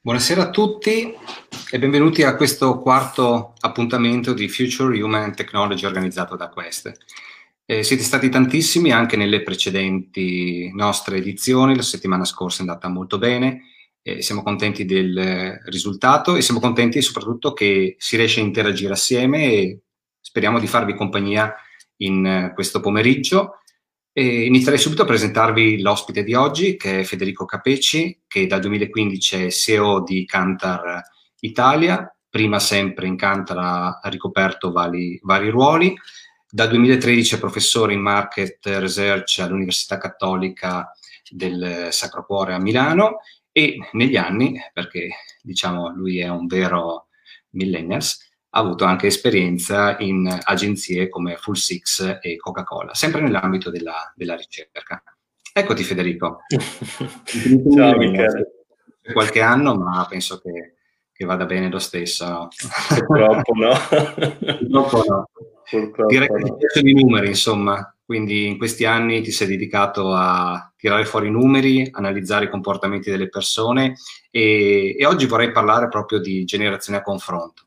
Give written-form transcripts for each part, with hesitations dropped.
Buonasera a tutti e benvenuti a questo quarto appuntamento di Future Human Technology organizzato da Quest. Siete stati tantissimi anche nelle precedenti nostre edizioni, la settimana scorsa è andata molto bene, siamo contenti del risultato e siamo contenti soprattutto che si riesce a interagire assieme e speriamo di farvi compagnia in questo pomeriggio. Inizierei subito a presentarvi l'ospite di oggi, che è Federico Capecci, che dal 2015 è CEO di Kantar Italia. Prima sempre in Kantar ha ricoperto vari ruoli. Dal 2013 è professore in Market Research all'Università Cattolica del Sacro Cuore a Milano e negli anni, perché diciamo lui è un vero millennials, ha avuto anche esperienza in agenzie come Full Six e Coca-Cola, sempre nell'ambito della ricerca. Eccoti Federico. Ciao Michele. Qualche anno, ma penso che vada bene lo stesso. No? Purtroppo no. Purtroppo no. Purtroppo Direi che no. ti piacciono i numeri, insomma. Quindi in questi anni ti sei dedicato a tirare fuori i numeri, analizzare i comportamenti delle persone e oggi vorrei parlare proprio di generazione a confronto.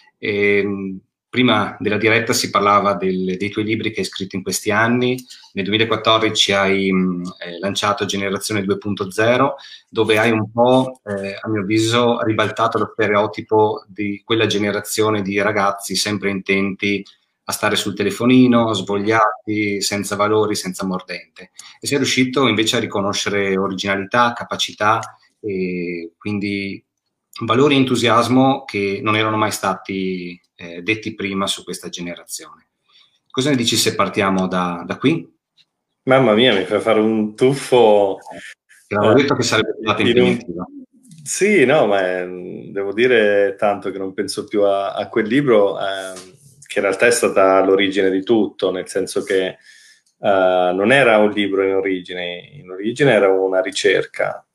Prima della diretta si parlava dei tuoi libri che hai scritto in questi anni. Nel 2014 hai lanciato Generazione 2.0, dove hai un po', a mio avviso, ribaltato lo stereotipo di quella generazione di ragazzi sempre intenti a stare sul telefonino, svogliati, senza valori, senza mordente. E sei riuscito invece a riconoscere originalità, capacità e quindi valori e entusiasmo che non erano mai stati detti prima su questa generazione. Cosa ne dici se partiamo da qui? Mamma mia, mi fai fare un tuffo. Ti avevo detto che sarebbe stata impegnativa. Sì, no, ma devo dire tanto che non penso più a quel libro, che in realtà è stata l'origine di tutto, nel senso che non era un libro in origine era una ricerca.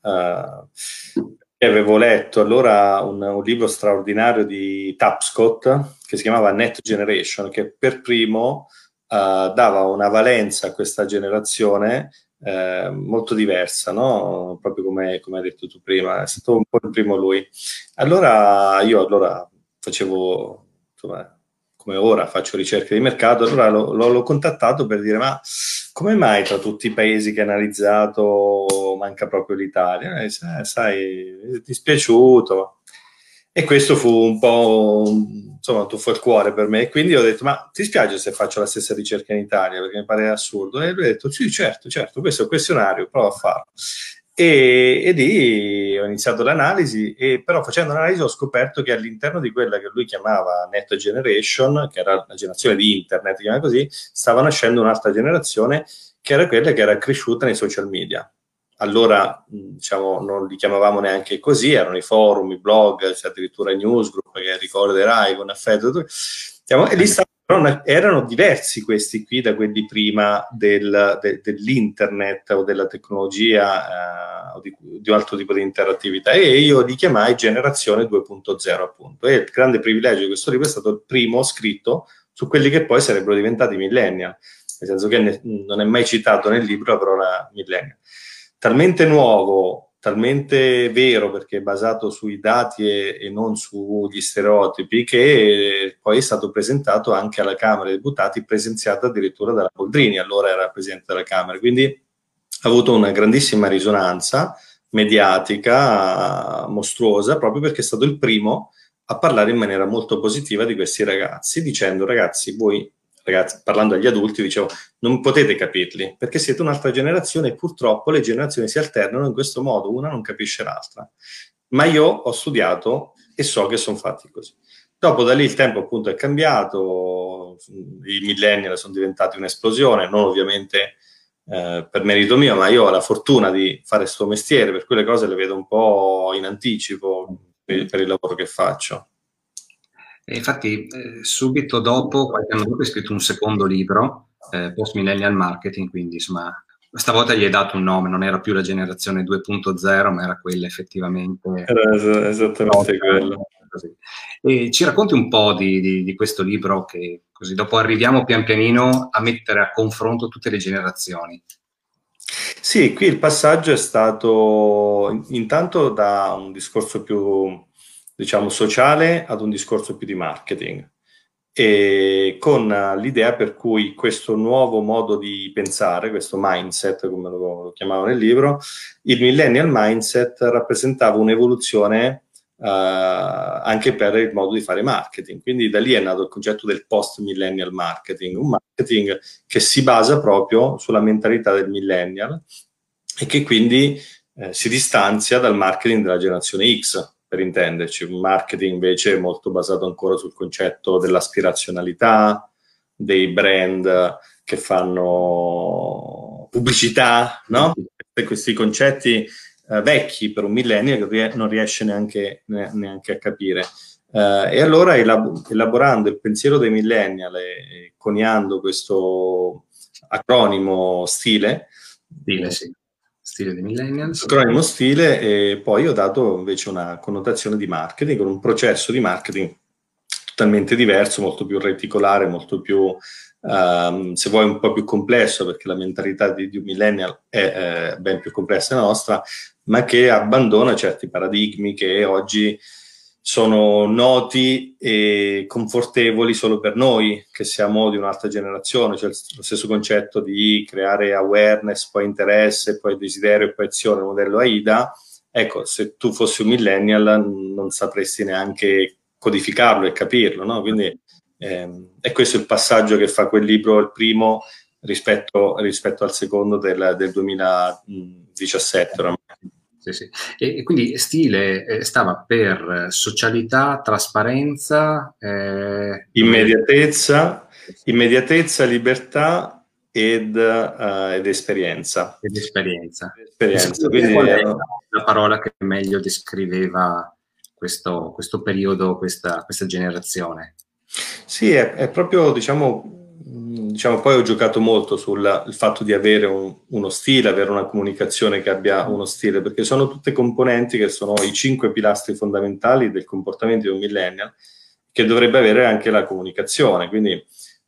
Avevo letto allora un libro straordinario di Tapscott che si chiamava Net Generation, che per primo dava una valenza a questa generazione molto diversa, no? Proprio come hai detto tu prima, è stato un po' il primo lui. Allora io facevo, insomma, come ora faccio ricerche di mercato, allora l'ho contattato per dire ma come mai tra tutti i paesi che hai analizzato manca proprio l'Italia? Sai, è dispiaciuto. E questo fu un po' insomma, un tuffo al cuore per me. E quindi ho detto, ma ti spiace se faccio la stessa ricerca in Italia? Perché mi pare assurdo. E lui ha detto, sì, certo, questo è un questionario, prova a farlo. E lì ho iniziato l'analisi, e però facendo l'analisi ho scoperto che all'interno di quella che lui chiamava Net Generation, che era la generazione di Internet, chiama così, stava nascendo un'altra generazione che era quella che era cresciuta nei social media. Allora, diciamo, non li chiamavamo neanche così, erano i forum, i blog, addirittura i newsgroup che ricorderai con affetto. E lì erano diversi questi qui da quelli prima dell'internet o della tecnologia o di un altro tipo di interattività, e io li chiamai Generazione 2.0 appunto. E il grande privilegio di questo libro è stato il primo scritto su quelli che poi sarebbero diventati millennial, nel senso che non è mai citato nel libro la parola millennial. Talmente nuovo, talmente vero, perché è basato sui dati e non sugli stereotipi, che poi è stato presentato anche alla Camera dei Deputati, presenziato addirittura dalla Boldrini, allora era presidente della Camera. Quindi ha avuto una grandissima risonanza mediatica, mostruosa, proprio perché è stato il primo a parlare in maniera molto positiva di questi ragazzi, dicendo, ragazzi, parlando agli adulti, dicevo, non potete capirli, perché siete un'altra generazione e purtroppo le generazioni si alternano in questo modo, una non capisce l'altra. Ma io ho studiato e so che sono fatti così. Dopo da lì il tempo appunto è cambiato, i millennial sono diventati un'esplosione, non ovviamente per merito mio, ma io ho la fortuna di fare questo mestiere, per cui le cose le vedo un po' in anticipo per il lavoro che faccio. E infatti, subito dopo, qualche anno dopo, hai scritto un secondo libro, Post Millennial Marketing, quindi insomma, stavolta gli hai dato un nome, non era più la generazione 2.0, ma era quella effettivamente. Era esattamente quello. Così. E ci racconti un po' di questo libro, che così dopo arriviamo pian pianino a mettere a confronto tutte le generazioni. Sì, qui il passaggio è stato intanto da un discorso più, diciamo, sociale ad un discorso più di marketing, e con l'idea per cui questo nuovo modo di pensare, questo mindset, come lo chiamavo nel libro, il millennial mindset rappresentava un'evoluzione anche per il modo di fare marketing. Quindi da lì è nato il concetto del post-millennial marketing, un marketing che si basa proprio sulla mentalità del millennial e che quindi si distanzia dal marketing della generazione X, per intenderci, un marketing invece molto basato ancora sul concetto dell'aspirazionalità, dei brand che fanno pubblicità, no? Questi concetti vecchi per un millennio che non riesce neanche a capire. E allora elaborando il pensiero dei millennial e coniando questo acronimo stile, Sì. Stile dei millennials. acronimo stile, e poi ho dato invece una connotazione di marketing, con un processo di marketing totalmente diverso, molto più reticolare, molto più, se vuoi, un po' più complesso, perché la mentalità di un millennial è ben più complessa della nostra, ma che abbandona certi paradigmi che oggi sono noti e confortevoli solo per noi, che siamo di un'altra generazione, cioè lo stesso concetto di creare awareness, poi interesse, poi desiderio e poi azione, modello AIDA. Ecco, se tu fossi un millennial non sapresti neanche codificarlo e capirlo, no? Quindi è questo il passaggio che fa quel libro, il primo, rispetto al secondo del 2017 oramai. Sì. E quindi stile stava per socialità, trasparenza, Immediatezza, libertà ed esperienza. ed esperienza. Esperienza. Quindi, Quindi, qual è la parola che meglio descriveva questo periodo, questa generazione? sì, è proprio, diciamo, poi ho giocato molto sul il fatto di avere uno stile, avere una comunicazione che abbia uno stile, perché sono tutte componenti che sono i 5 pilastri fondamentali del comportamento di un millennial, che dovrebbe avere anche la comunicazione. Quindi,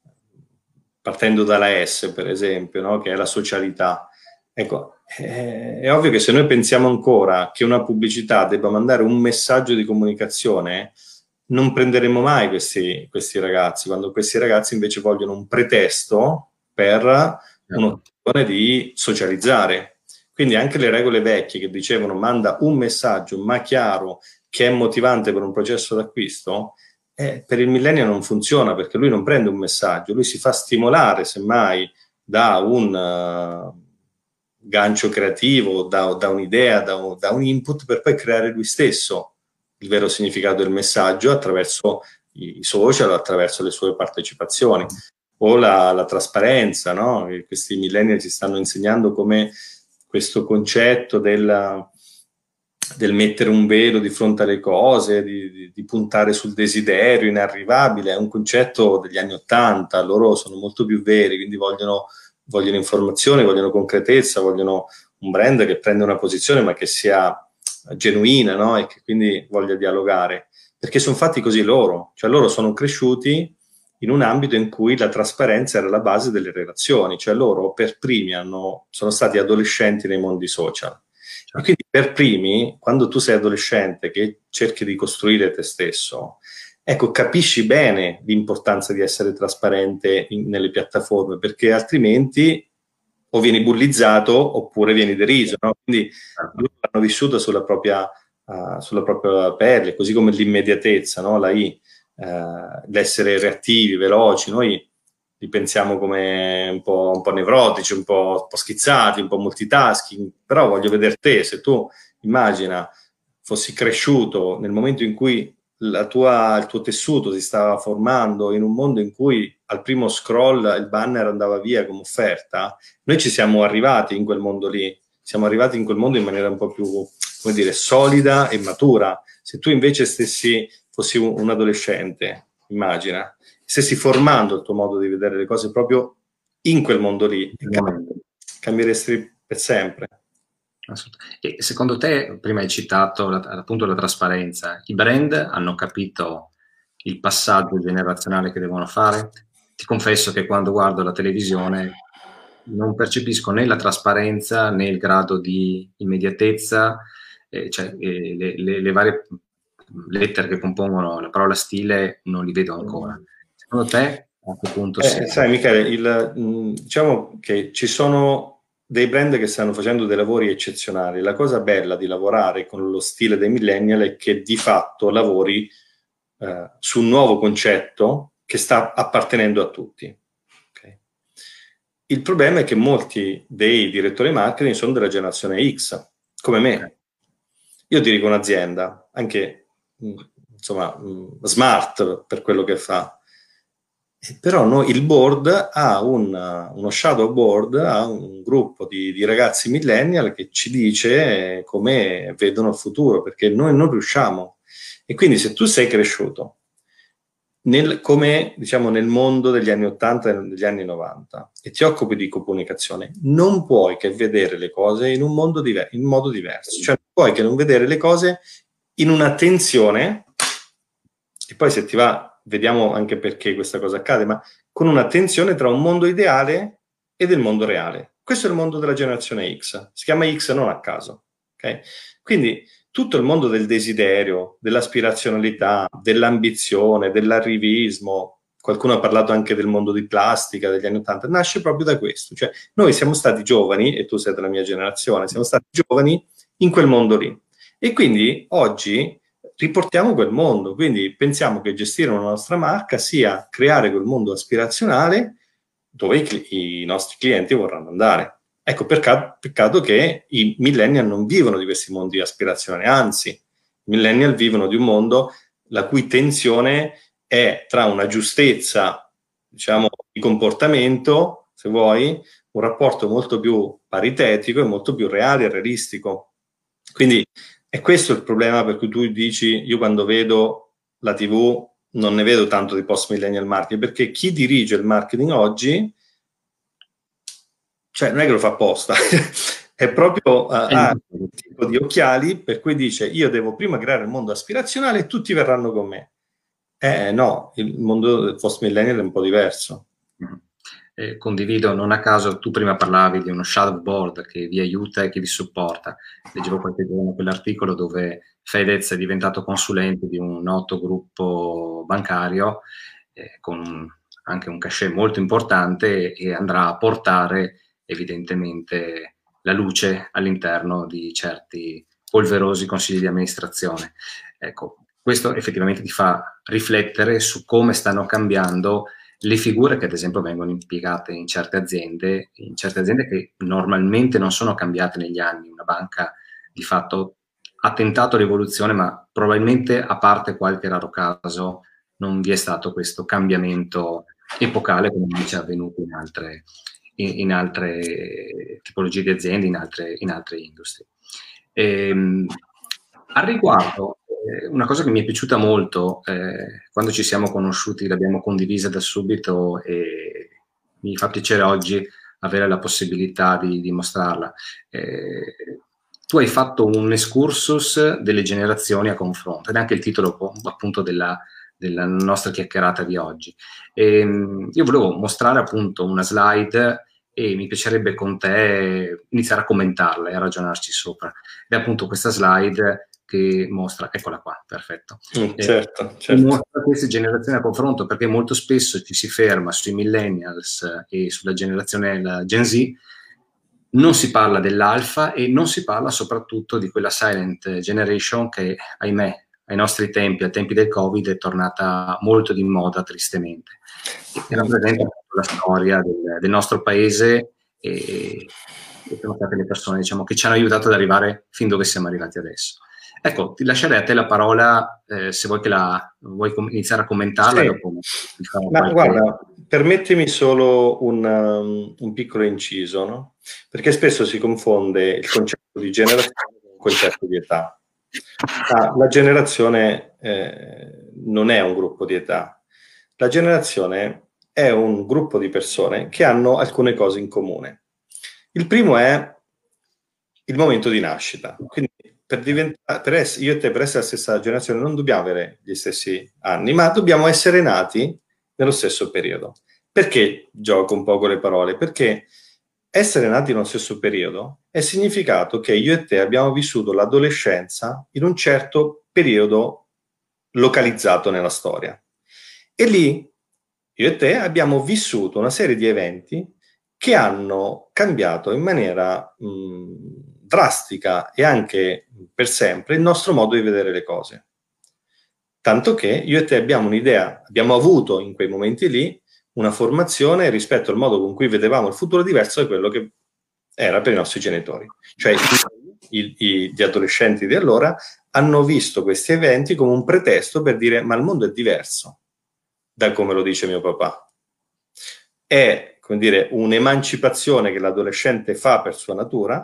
partendo dalla S, per esempio, no? Che è la socialità. Ecco, è ovvio che se noi pensiamo ancora che una pubblicità debba mandare un messaggio di comunicazione, non prenderemo mai questi ragazzi, quando questi ragazzi invece vogliono un pretesto per un'occasione di socializzare. Quindi anche le regole vecchie che dicevano manda un messaggio ma chiaro, che è motivante per un processo d'acquisto, per il millennio non funziona, perché lui non prende un messaggio, lui si fa stimolare semmai da un gancio creativo, da un'idea, da un input, per poi creare lui stesso il vero significato del messaggio attraverso i social, attraverso le sue partecipazioni. O la trasparenza, no? Questi millennial ci stanno insegnando come questo concetto del mettere un velo di fronte alle cose, di puntare sul desiderio inarrivabile, è un concetto degli anni '80, loro sono molto più veri, quindi vogliono informazione, vogliono concretezza, vogliono un brand che prende una posizione ma che sia genuina, no? E che quindi voglia dialogare, perché sono fatti così loro, cioè loro sono cresciuti in un ambito in cui la trasparenza era la base delle relazioni, cioè loro per primi sono stati adolescenti nei mondi social. E quindi per primi, quando tu sei adolescente che cerchi di costruire te stesso, ecco, capisci bene l'importanza di essere trasparente nelle piattaforme, perché altrimenti o vieni bullizzato oppure vieni deriso, no? Quindi loro hanno vissuto sulla propria pelle, così come l'immediatezza, no? L'essere reattivi, veloci. Noi li pensiamo come un po' nevrotici, un po' schizzati, un po' multitasking, però voglio vedere te, se tu immagina fossi cresciuto nel momento in cui il tuo tessuto si stava formando in un mondo in cui al primo scroll il banner andava via come offerta, noi ci siamo arrivati in quel mondo lì, siamo arrivati in quel mondo in maniera un po' più, come dire, solida e matura. Se tu invece fossi un adolescente, immagina, stessi formando il tuo modo di vedere le cose proprio in quel mondo lì, cambieresti per sempre. E secondo te, prima hai citato appunto la trasparenza, i brand hanno capito il passaggio generazionale che devono fare? Ti confesso che quando guardo la televisione non percepisco né la trasparenza né il grado di immediatezza, cioè le varie lettere che compongono la parola stile non li vedo ancora. Secondo te a che punto siamo? Sai Michele, diciamo che ci sono dei brand che stanno facendo dei lavori eccezionali. La cosa bella di lavorare con lo stile dei millennial è che di fatto lavori su un nuovo concetto che sta appartenendo a tutti. Okay? Il problema è che molti dei direttori marketing sono della generazione X, come me. Io dirigo un'azienda, anche insomma smart per quello che fa. Però il board ha uno shadow board, ha un gruppo di ragazzi millennial che ci dice come vedono il futuro, perché noi non riusciamo. E quindi se tu sei cresciuto come diciamo nel mondo degli anni 80 e degli anni 90 e ti occupi di comunicazione, non puoi che vedere le cose in un modo in modo diverso, cioè non puoi che non vedere le cose in una tensione, e poi se ti va vediamo anche perché questa cosa accade, ma con una tensione tra un mondo ideale e del mondo reale. Questo è il mondo della generazione X, si chiama X non a caso, ok? Quindi tutto il mondo del desiderio, dell'aspirazionalità, dell'ambizione, dell'arrivismo, qualcuno ha parlato anche del mondo di plastica degli anni 80, nasce proprio da questo. Cioè, noi siamo stati giovani, e tu sei della mia generazione, siamo stati giovani in quel mondo lì. E quindi oggi riportiamo quel mondo, quindi pensiamo che gestire una nostra marca sia creare quel mondo aspirazionale dove i nostri clienti vorranno andare. Ecco, peccato che i millennial non vivono di questi mondi aspirazionali, anzi, i millennial vivono di un mondo la cui tensione è tra una giustezza, diciamo, di comportamento, se vuoi, un rapporto molto più paritetico e molto più reale e realistico. Quindi è questo il problema per cui tu dici, io quando vedo la TV non ne vedo tanto di post-millennial marketing, perché chi dirige il marketing oggi, cioè non è che lo fa apposta, è proprio ha un tipo di occhiali per cui dice io devo prima creare il mondo aspirazionale e tutti verranno con me. No, il mondo del post-millennial è un po' diverso. Condivido, non a caso tu prima parlavi di uno shadow board che vi aiuta e che vi supporta. Leggevo qualche giorno quell'articolo dove Fedez è diventato consulente di un noto gruppo bancario con anche un cachet molto importante e andrà a portare evidentemente la luce all'interno di certi polverosi consigli di amministrazione. Ecco, questo effettivamente ti fa riflettere su come stanno cambiando le figure che ad esempio vengono impiegate in certe aziende che normalmente non sono cambiate negli anni. Una banca di fatto ha tentato l'evoluzione, ma probabilmente a parte qualche raro caso non vi è stato questo cambiamento epocale come invece è avvenuto in altre tipologie di aziende, in altre industrie. Al riguardo, una cosa che mi è piaciuta molto quando ci siamo conosciuti, l'abbiamo condivisa da subito e mi fa piacere oggi avere la possibilità di mostrarla. Tu hai fatto un excursus delle generazioni a confronto, ed è anche il titolo appunto della nostra chiacchierata di oggi. Io volevo mostrare appunto una slide e mi piacerebbe con te iniziare a commentarla e a ragionarci sopra. Ed è appunto questa slide che mostra, eccola qua, perfetto. Certo. Mostra queste generazioni a confronto, perché molto spesso ci si ferma sui millennials e sulla generazione la Gen Z, non si parla dell'alfa e non si parla soprattutto di quella silent generation che, ahimè, ai nostri tempi, ai tempi del Covid, è tornata molto di moda, tristemente. E rappresenta la storia del nostro paese e sono state le persone, diciamo, che ci hanno aiutato ad arrivare fin dove siamo arrivati adesso. Ecco, ti lascerei a te la parola se vuoi vuoi iniziare a commentarla. Sì. Dopo Guarda, permettimi solo un piccolo inciso, no? Perché spesso si confonde il concetto di generazione con il concetto di età. La generazione non è un gruppo di età. La generazione è un gruppo di persone che hanno alcune cose in comune. Il primo è il momento di nascita. Quindi io e te per essere la stessa generazione non dobbiamo avere gli stessi anni, ma dobbiamo essere nati nello stesso periodo. Perché gioco un po' con le parole? Perché essere nati nello stesso periodo è significato che io e te abbiamo vissuto l'adolescenza in un certo periodo localizzato nella storia. E lì io e te abbiamo vissuto una serie di eventi che hanno cambiato in maniera drastica e anche per sempre il nostro modo di vedere le cose. Tanto che io e te abbiamo un'idea, abbiamo avuto in quei momenti lì una formazione rispetto al modo con cui vedevamo il futuro diverso da quello che era per i nostri genitori. Cioè gli adolescenti di allora hanno visto questi eventi come un pretesto per dire ma il mondo è diverso da come lo dice mio papà. È, come dire, un'emancipazione che l'adolescente fa per sua natura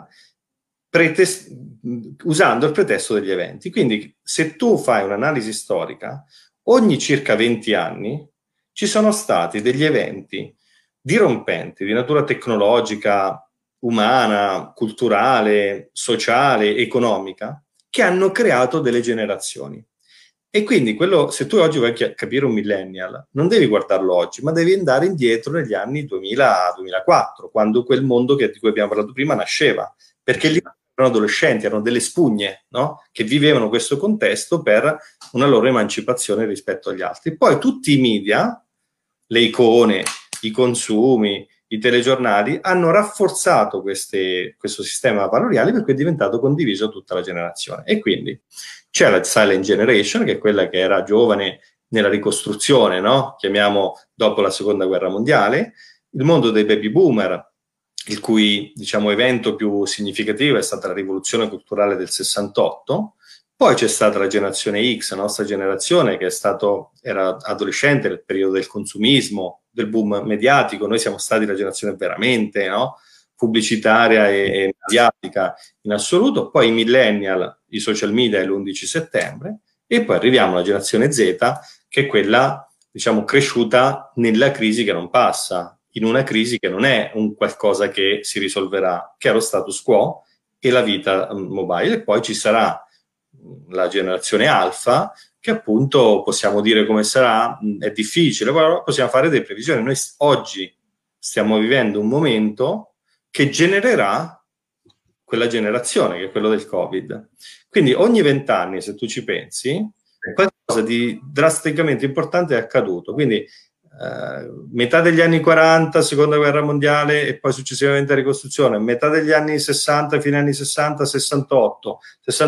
usando il pretesto degli eventi. Quindi se tu fai un'analisi storica, ogni circa 20 anni ci sono stati degli eventi dirompenti di natura tecnologica, umana, culturale, sociale, economica, che hanno creato delle generazioni. E quindi se tu oggi vuoi capire un millennial, non devi guardarlo oggi, ma devi andare indietro negli anni 2000-2004, quando quel mondo di cui abbiamo parlato prima nasceva, perché lì erano adolescenti, erano delle spugne, no? Che vivevano questo contesto per una loro emancipazione rispetto agli altri. Poi tutti i media, le icone, i consumi, i telegiornali hanno rafforzato questo sistema valoriale perché è diventato condiviso a tutta la generazione. E quindi c'è la Silent Generation, che è quella che era giovane nella ricostruzione, no? Chiamiamo dopo la seconda guerra mondiale, il mondo dei baby boomer, il cui, diciamo, evento più significativo è stata la rivoluzione culturale del 68. Poi c'è stata la generazione X, la nostra generazione, che era adolescente nel periodo del consumismo, del boom mediatico. Noi siamo stati la generazione veramente, no? Pubblicitaria e mediatica in assoluto. Poi i millennial, i social media e l'11 settembre. E poi arriviamo alla generazione Z, che è quella, diciamo, cresciuta nella crisi che non passa, in una crisi che non è un qualcosa che si risolverà, che è lo status quo e la vita mobile. E poi ci sarà la generazione alfa, che appunto possiamo dire come sarà, è difficile, però possiamo fare delle previsioni. Noi oggi stiamo vivendo un momento che genererà quella generazione, che è quello del Covid. Quindi ogni 20 anni, se tu ci pensi, qualcosa di drasticamente importante è accaduto. Quindi metà degli anni 40, seconda guerra mondiale e poi successivamente la ricostruzione, metà degli anni 60, fine anni 60, 68,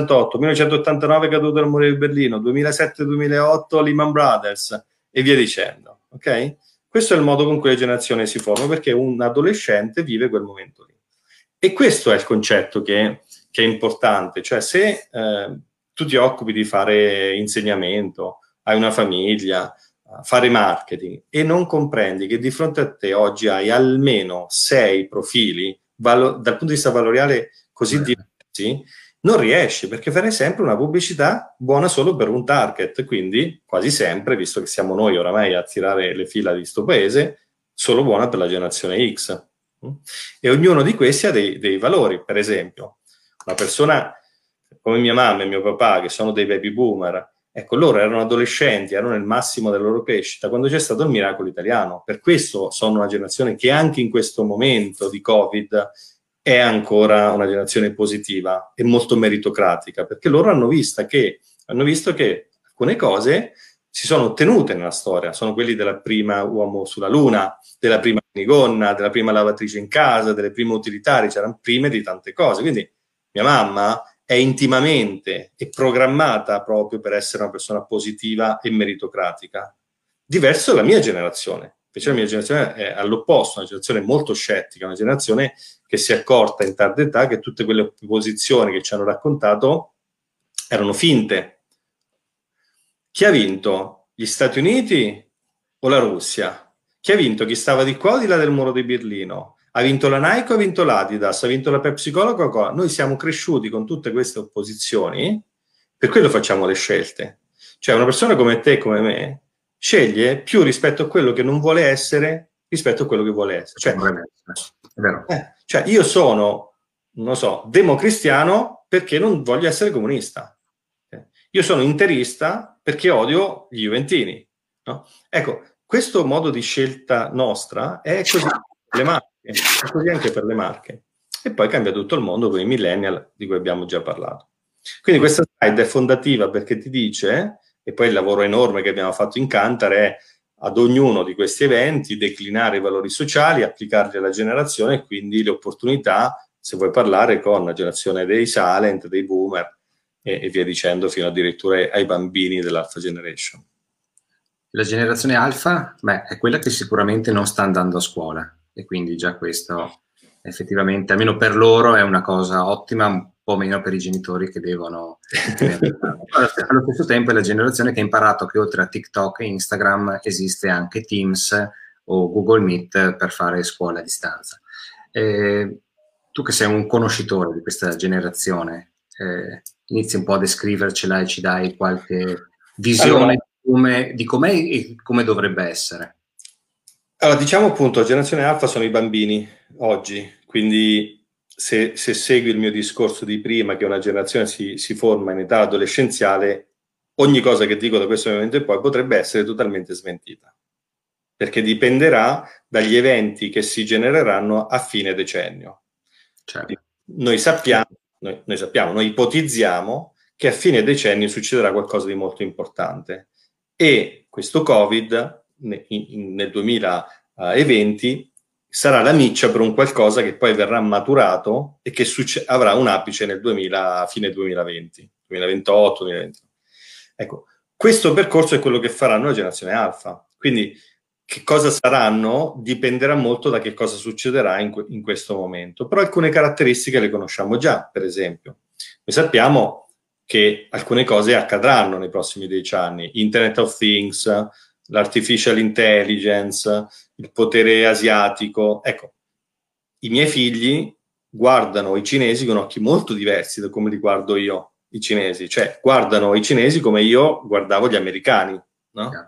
1989 caduto il muro di Berlino, 2007-2008 Lehman Brothers e via dicendo, ok? Questo è il modo con cui la generazione si forma, perché un adolescente vive quel momento lì. E questo è il concetto che è importante, cioè se tu ti occupi di fare insegnamento, hai una famiglia, fare marketing e non comprendi che di fronte a te oggi hai almeno 6 profili dal punto di vista valoriale così diversi, non riesci, perché farai sempre una pubblicità buona solo per un target, quindi quasi sempre, visto che siamo noi oramai a tirare le fila di sto paese, solo buona per la generazione X. E ognuno di questi ha dei valori. Per esempio, una persona come mia mamma e mio papà, che sono dei baby boomer, ecco, loro erano adolescenti, erano nel massimo della loro crescita quando c'è stato il miracolo italiano. Per questo sono una generazione che anche in questo momento di Covid è ancora una generazione positiva e molto meritocratica, perché loro hanno visto che alcune cose si sono ottenute nella storia. Sono quelli della prima uomo sulla Luna, della prima minigonna, della prima lavatrice in casa, delle prime utilitarie, c'erano prime di tante cose. Quindi mia mamma è intimamente e programmata proprio per essere una persona positiva e meritocratica. Diverso dalla mia generazione. Invece la mia generazione è all'opposto, una generazione molto scettica, una generazione che si è accorta in tarda età che tutte quelle posizioni che ci hanno raccontato erano finte. Chi ha vinto? Gli Stati Uniti o la Russia? Chi ha vinto? Chi stava di qua o di là del muro di Berlino? Ha vinto la Nike o ha vinto l'Adidas? Ha vinto la Pepsi Cola o Coca-Cola? Noi siamo cresciuti con tutte queste opposizioni, per quello facciamo le scelte. Cioè una persona come te e come me sceglie più rispetto a quello che non vuole essere rispetto a quello che vuole essere. Cioè io sono, non so, democristiano perché non voglio essere comunista. Io sono interista perché odio gli juventini. No? Ecco, questo modo di scelta nostra è così problematico. E così anche per le marche. E poi cambia tutto il mondo con i millennial di cui abbiamo già parlato. Quindi questa slide è fondativa perché ti dice, e poi il lavoro enorme che abbiamo fatto in Kantar è ad ognuno di questi eventi declinare i valori sociali, applicarli alla generazione e quindi le opportunità, se vuoi parlare con la generazione dei silent, dei boomer e via dicendo, fino addirittura ai bambini dell'Alpha Generation. La generazione alfa, beh, è quella che sicuramente non sta andando a scuola e quindi già questo effettivamente, almeno per loro, è una cosa ottima, un po' meno per i genitori che devono tenere. Allo stesso tempo è la generazione che ha imparato che oltre a TikTok e Instagram esiste anche Teams o Google Meet per fare scuola a distanza. Tu che sei un conoscitore di questa generazione, inizi un po' a descrivercela e ci dai qualche visione di com'è e come dovrebbe essere. Allora, diciamo appunto, la generazione alfa sono i bambini oggi, quindi se segui il mio discorso di prima, che una generazione si forma in età adolescenziale, ogni cosa che dico da questo momento in poi potrebbe essere totalmente smentita, perché dipenderà dagli eventi che si genereranno a fine decennio. Certo. Noi ipotizziamo che a fine decennio succederà qualcosa di molto importante e questo Covid nel 2020 sarà la miccia per un qualcosa che poi verrà maturato e che avrà un apice nel fine 2020, 2028, 2020. Ecco, questo percorso è quello che faranno la generazione alfa. Quindi che cosa saranno dipenderà molto da che cosa succederà in questo momento. Però alcune caratteristiche le conosciamo già, per esempio. Noi sappiamo che alcune cose accadranno nei prossimi 10 anni. Internet of Things, l'artificial intelligence, il potere asiatico. Ecco, i miei figli guardano i cinesi con occhi molto diversi da come li guardo io, i cinesi. Cioè, guardano i cinesi come io guardavo gli americani, no?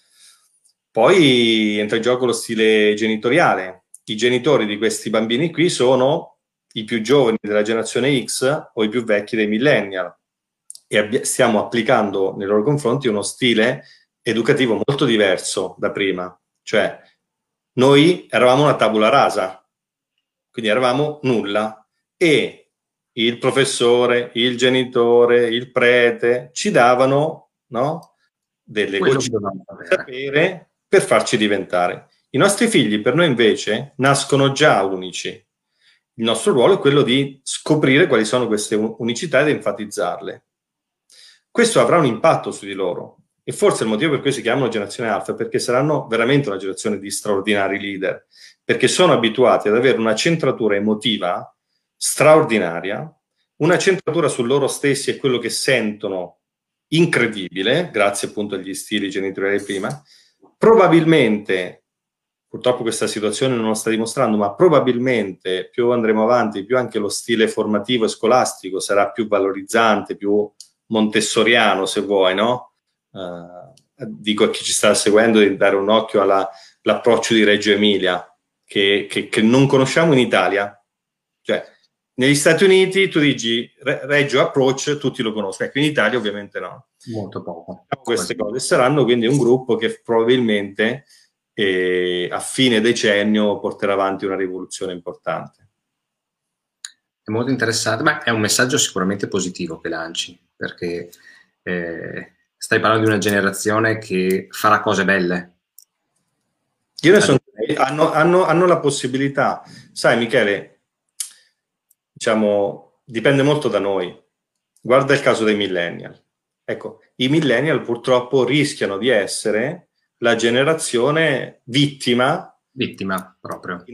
Poi entra in gioco lo stile genitoriale. I genitori di questi bambini qui sono i più giovani della generazione X o i più vecchi dei millennial e stiamo applicando nei loro confronti uno stile educativo molto diverso da prima. Cioè, noi eravamo una tabula rasa, quindi eravamo nulla e il professore, il genitore, il prete ci davano, no, delle gocce di sapere per farci diventare. I nostri figli per noi invece nascono già unici. Il nostro ruolo è quello di scoprire quali sono queste unicità ed enfatizzarle. Questo avrà un impatto su di loro e forse il motivo per cui si chiamano generazione alfa è perché saranno veramente una generazione di straordinari leader, perché sono abituati ad avere una centratura emotiva straordinaria, una centratura su loro stessi e quello che sentono incredibile, grazie appunto agli stili genitoriali prima. Probabilmente, purtroppo questa situazione non lo sta dimostrando, ma probabilmente più andremo avanti, più anche lo stile formativo e scolastico sarà più valorizzante, più montessoriano, se vuoi, no? Dico a chi ci sta seguendo di dare un occhio all'approccio di Reggio Emilia, che non conosciamo in Italia. Cioè, negli Stati Uniti tu dici Reggio Approach, tutti lo conoscono, ecco in Italia ovviamente no. Molto poco. Queste cose saranno quindi un gruppo che probabilmente a fine decennio porterà avanti una rivoluzione importante. È molto interessante, ma è un messaggio sicuramente positivo che lanci, perché stai parlando di una generazione che farà cose belle. Io ne sono, hanno la possibilità, sai Michele, diciamo, dipende molto da noi. Guarda il caso dei millennial. Ecco, i millennial purtroppo rischiano di essere la generazione vittima proprio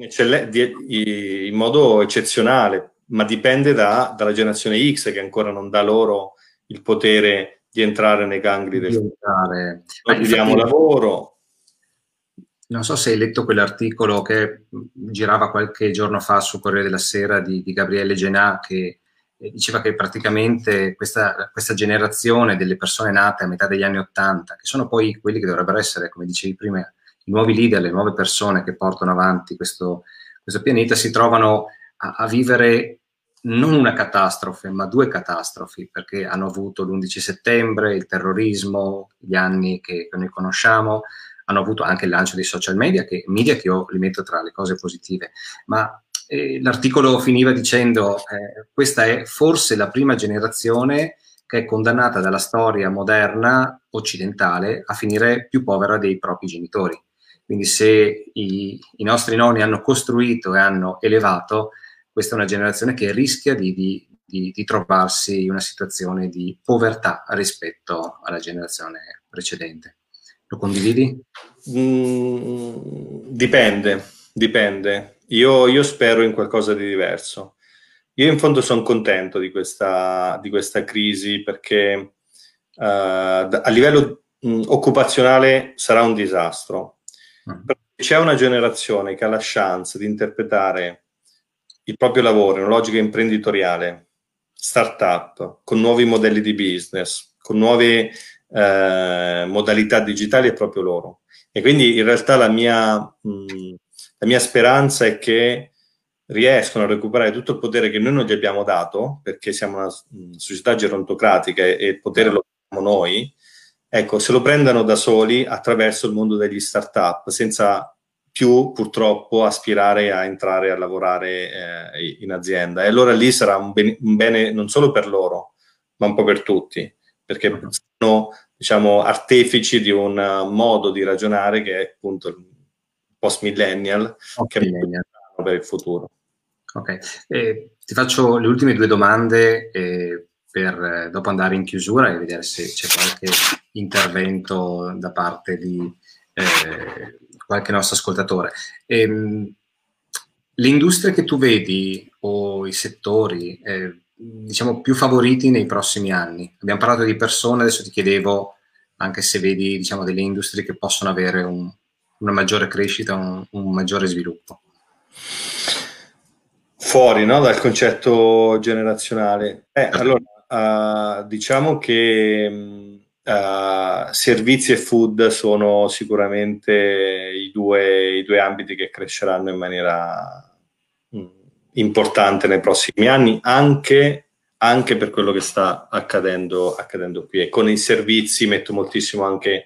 in modo eccezionale, ma dipende dalla generazione X che ancora non dà loro il potere di entrare nei gangli del futuro. Noi diamo lavoro. Non so se hai letto quell'articolo che girava qualche giorno fa su Corriere della Sera di Gabriele Genà, che diceva che praticamente questa generazione delle persone nate a metà degli anni '80, che sono poi quelli che dovrebbero essere, come dicevi prima, i nuovi leader, le nuove persone che portano avanti questo pianeta, si trovano a vivere non una catastrofe, ma due catastrofi, perché hanno avuto l'11 settembre, il terrorismo, gli anni che noi conosciamo, hanno avuto anche il lancio dei social media, che io li metto tra le cose positive, ma l'articolo finiva dicendo questa è forse la prima generazione che è condannata dalla storia moderna occidentale a finire più povera dei propri genitori. Quindi se i nostri nonni hanno costruito e hanno elevato, questa è una generazione che rischia di trovarsi in una situazione di povertà rispetto alla generazione precedente. Lo condividi? Dipende. Io spero in qualcosa di diverso. Io in fondo sono contento di questa crisi perché a livello occupazionale sarà un disastro. Però c'è una generazione che ha la chance di interpretare il proprio lavoro in una logica imprenditoriale, start-up, con nuovi modelli di business, con nuove modalità digitali, è proprio loro. E quindi in realtà la mia speranza è che riescono a recuperare tutto il potere che noi non gli abbiamo dato, perché siamo una società gerontocratica e il potere lo abbiamo noi. Ecco, se lo prendano da soli attraverso il mondo degli start-up, senza più purtroppo aspirare a entrare a lavorare in azienda. E allora lì sarà un bene non solo per loro, ma un po' per tutti, perché sono, diciamo, artefici di un modo di ragionare che è appunto il post-millennial, che è molto importante per il futuro. Ok, ti faccio le ultime due domande per dopo andare in chiusura e vedere se c'è qualche intervento da parte di qualche nostro ascoltatore. Le industrie che tu vedi o i settori diciamo più favoriti nei prossimi anni? Abbiamo parlato di persone, adesso ti chiedevo anche se vedi, diciamo, delle industrie che possono avere una maggiore crescita, un maggiore sviluppo. Fuori, no, dal concetto generazionale. Allora, diciamo che servizi e food sono sicuramente i due ambiti che cresceranno in maniera importante nei prossimi anni, anche per quello che sta accadendo qui. E con i servizi metto moltissimo anche,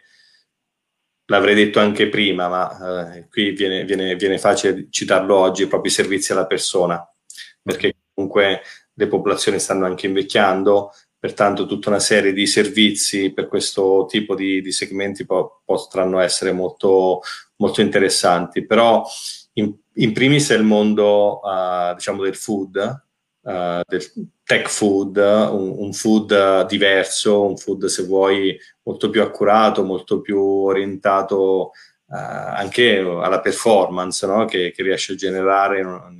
l'avrei detto anche prima, ma qui viene facile citarlo oggi, proprio i servizi alla persona, perché comunque le popolazioni stanno anche invecchiando, pertanto tutta una serie di servizi per questo tipo di segmenti potranno essere molto, molto interessanti. Però in primis è il mondo diciamo del food, del tech food, un food diverso, un food, se vuoi, molto più accurato, molto più orientato anche alla performance, no? che riesce a generare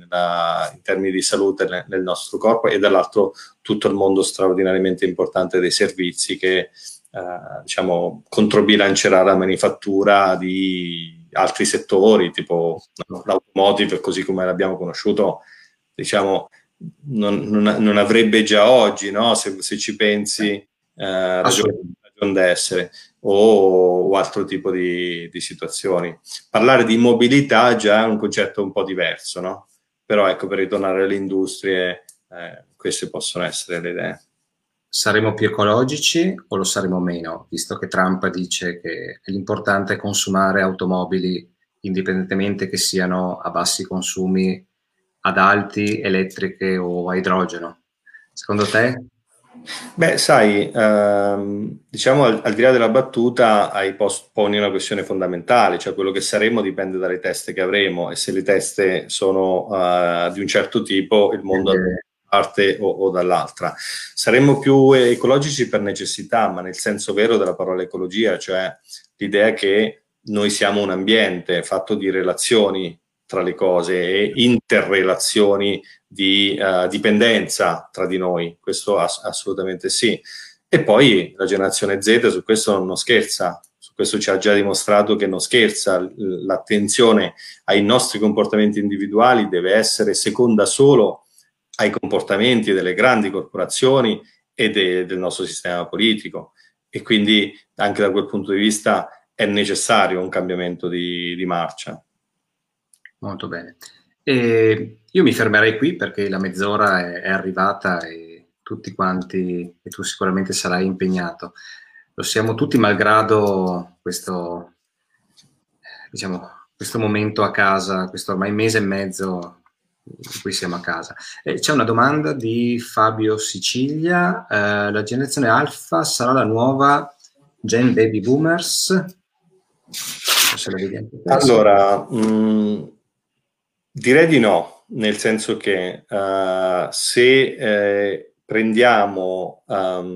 in termini di salute nel nostro corpo, e dall'altro tutto il mondo straordinariamente importante dei servizi che diciamo controbilancerà la manifattura di altri settori, tipo l'automotive, così come l'abbiamo conosciuto, diciamo, non avrebbe già oggi, no? Se ci pensi, ragione d'essere o altro tipo di situazioni. Parlare di mobilità già è un concetto un po' diverso, no? Però ecco, per ritornare alle industrie, queste possono essere le idee. Saremo più ecologici o lo saremo meno, visto che Trump dice che l'importante è consumare automobili indipendentemente che siano a bassi consumi, ad alti, elettriche o a idrogeno? Secondo te? Beh, sai, diciamo al di là della battuta, poni una questione fondamentale, cioè quello che saremo dipende dalle teste che avremo, e se le teste sono di un certo tipo, il mondo da una parte o dall'altra. Saremmo più ecologici per necessità, ma nel senso vero della parola ecologia, cioè l'idea che noi siamo un ambiente fatto di relazioni tra le cose e interrelazioni di dipendenza tra di noi, questo assolutamente sì. E poi la generazione Z su questo non scherza, su questo ci ha già dimostrato che non scherza. L'attenzione ai nostri comportamenti individuali deve essere seconda solo ai comportamenti delle grandi corporazioni e del nostro sistema politico, e quindi anche da quel punto di vista è necessario un cambiamento di marcia. Molto bene. E io mi fermerei qui perché la mezz'ora è arrivata e tutti quanti, e tu sicuramente sarai impegnato. Lo siamo tutti malgrado questo diciamo, questo momento a casa, questo ormai mese e mezzo in cui siamo a casa. C'è una domanda di Fabio Sicilia, la generazione Alpha sarà la nuova Gen Baby Boomers? Se la vedi anche allora, direi di no, nel senso che se prendiamo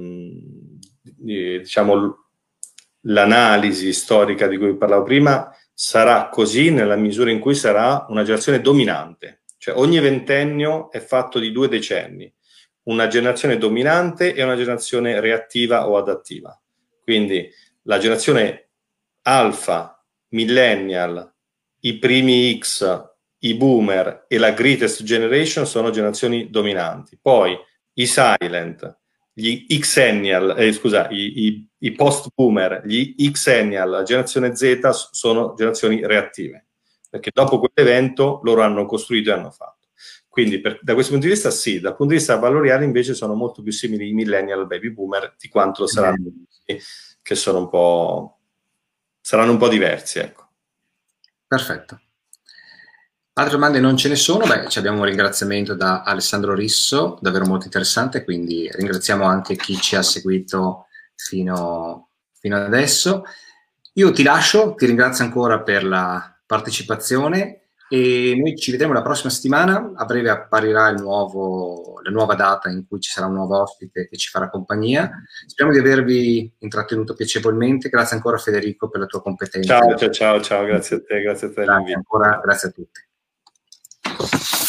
diciamo l'analisi storica di cui parlavo prima, sarà così nella misura in cui sarà una generazione dominante, cioè ogni ventennio è fatto di 2 decenni, una generazione dominante e una generazione reattiva o adattiva. Quindi la generazione alfa, millennial, i primi X, i boomer e la greatest generation sono generazioni dominanti. Poi i silent, gli Xennial, i post-boomer, gli Xennial, la generazione Z sono generazioni reattive, perché dopo quell'evento loro hanno costruito e hanno fatto. Quindi da questo punto di vista sì, dal punto di vista valoriale invece sono molto più simili i millennial al baby boomer di quanto lo saranno, che sono saranno un po' diversi, ecco. Perfetto. Altre domande non ce ne sono. Abbiamo un ringraziamento da Alessandro Risso, davvero molto interessante, quindi ringraziamo anche chi ci ha seguito fino adesso. Io ti lascio, ti ringrazio ancora per la partecipazione e noi ci vedremo la prossima settimana. A breve apparirà la nuova data in cui ci sarà un nuovo ospite che ci farà compagnia. Speriamo di avervi intrattenuto piacevolmente. Grazie ancora Federico per la tua competenza. Ciao, grazie a te, grazie a te. Grazie ancora, grazie a tutti.